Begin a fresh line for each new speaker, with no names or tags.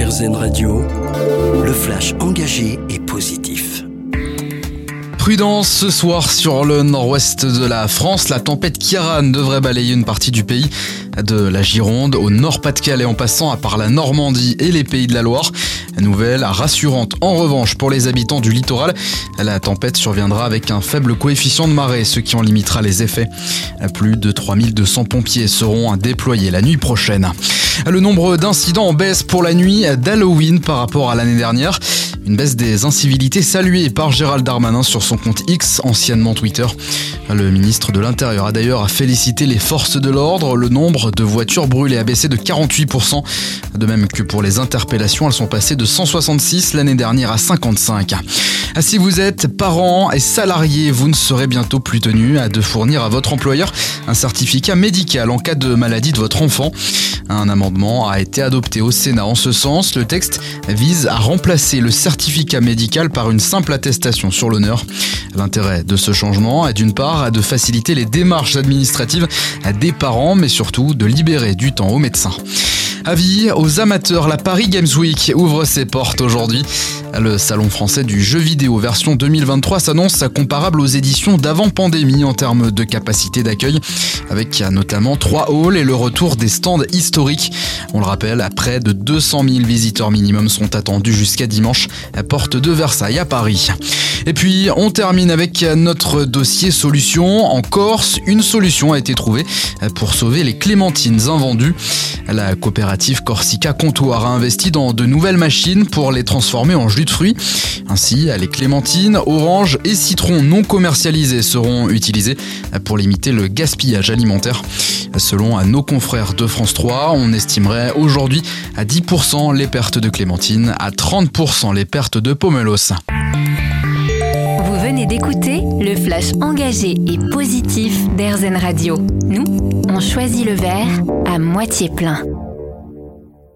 RZN Radio, le flash engagé et positif.
Prudence ce soir sur le nord-ouest de la France. La tempête Ciarán devrait balayer une partie du pays, de la Gironde au Nord-Pas-de-Calais en passant par la Normandie et les Pays de la Loire. Nouvelle rassurante en revanche pour les habitants du littoral. La tempête surviendra avec un faible coefficient de marée, ce qui en limitera les effets. Plus de 3200 pompiers seront déployés la nuit prochaine. Le nombre d'incidents en baisse pour la nuit d'Halloween par rapport à l'année dernière. Une baisse des incivilités saluée par Gérald Darmanin sur son compte X, anciennement Twitter. Le ministre de l'Intérieur a d'ailleurs félicité les forces de l'ordre. Le nombre de voitures brûlées a baissé de 48%. De même que pour les interpellations, elles sont passées de 166 l'année dernière à 55. Si vous êtes parent et salarié, vous ne serez bientôt plus tenu de fournir à votre employeur un certificat médical en cas de maladie de votre enfant. Un amendement a été adopté au Sénat en ce sens. Le texte vise à remplacer le certificat médical par une simple attestation sur l'honneur. L'intérêt de ce changement est d'une part de faciliter les démarches administratives des parents, mais surtout de libérer du temps aux médecins. Avis aux amateurs, la Paris Games Week ouvre ses portes aujourd'hui. Le salon français du jeu vidéo version 2023 s'annonce comparable aux éditions d'avant-pandémie en termes de capacité d'accueil, avec notamment 3 halls et le retour des stands historiques. On le rappelle, près de 200 000 visiteurs minimum sont attendus jusqu'à dimanche à Porte de Versailles à Paris. Et puis, on termine avec notre dossier solution. En Corse, une solution a été trouvée pour sauver les clémentines invendues. La coopérative Corsica Comptoir a investi dans de nouvelles machines pour les transformer en jus de fruits. Ainsi, les clémentines, oranges et citrons non commercialisés seront utilisés pour limiter le gaspillage alimentaire. Selon nos confrères de France 3, on estimerait aujourd'hui à 10% les pertes de clémentines, à 30% les pertes de pomelos.
Vous venez d'écouter le flash engagé et positif d'RZN Radio. Nous, on choisit le verre à moitié plein.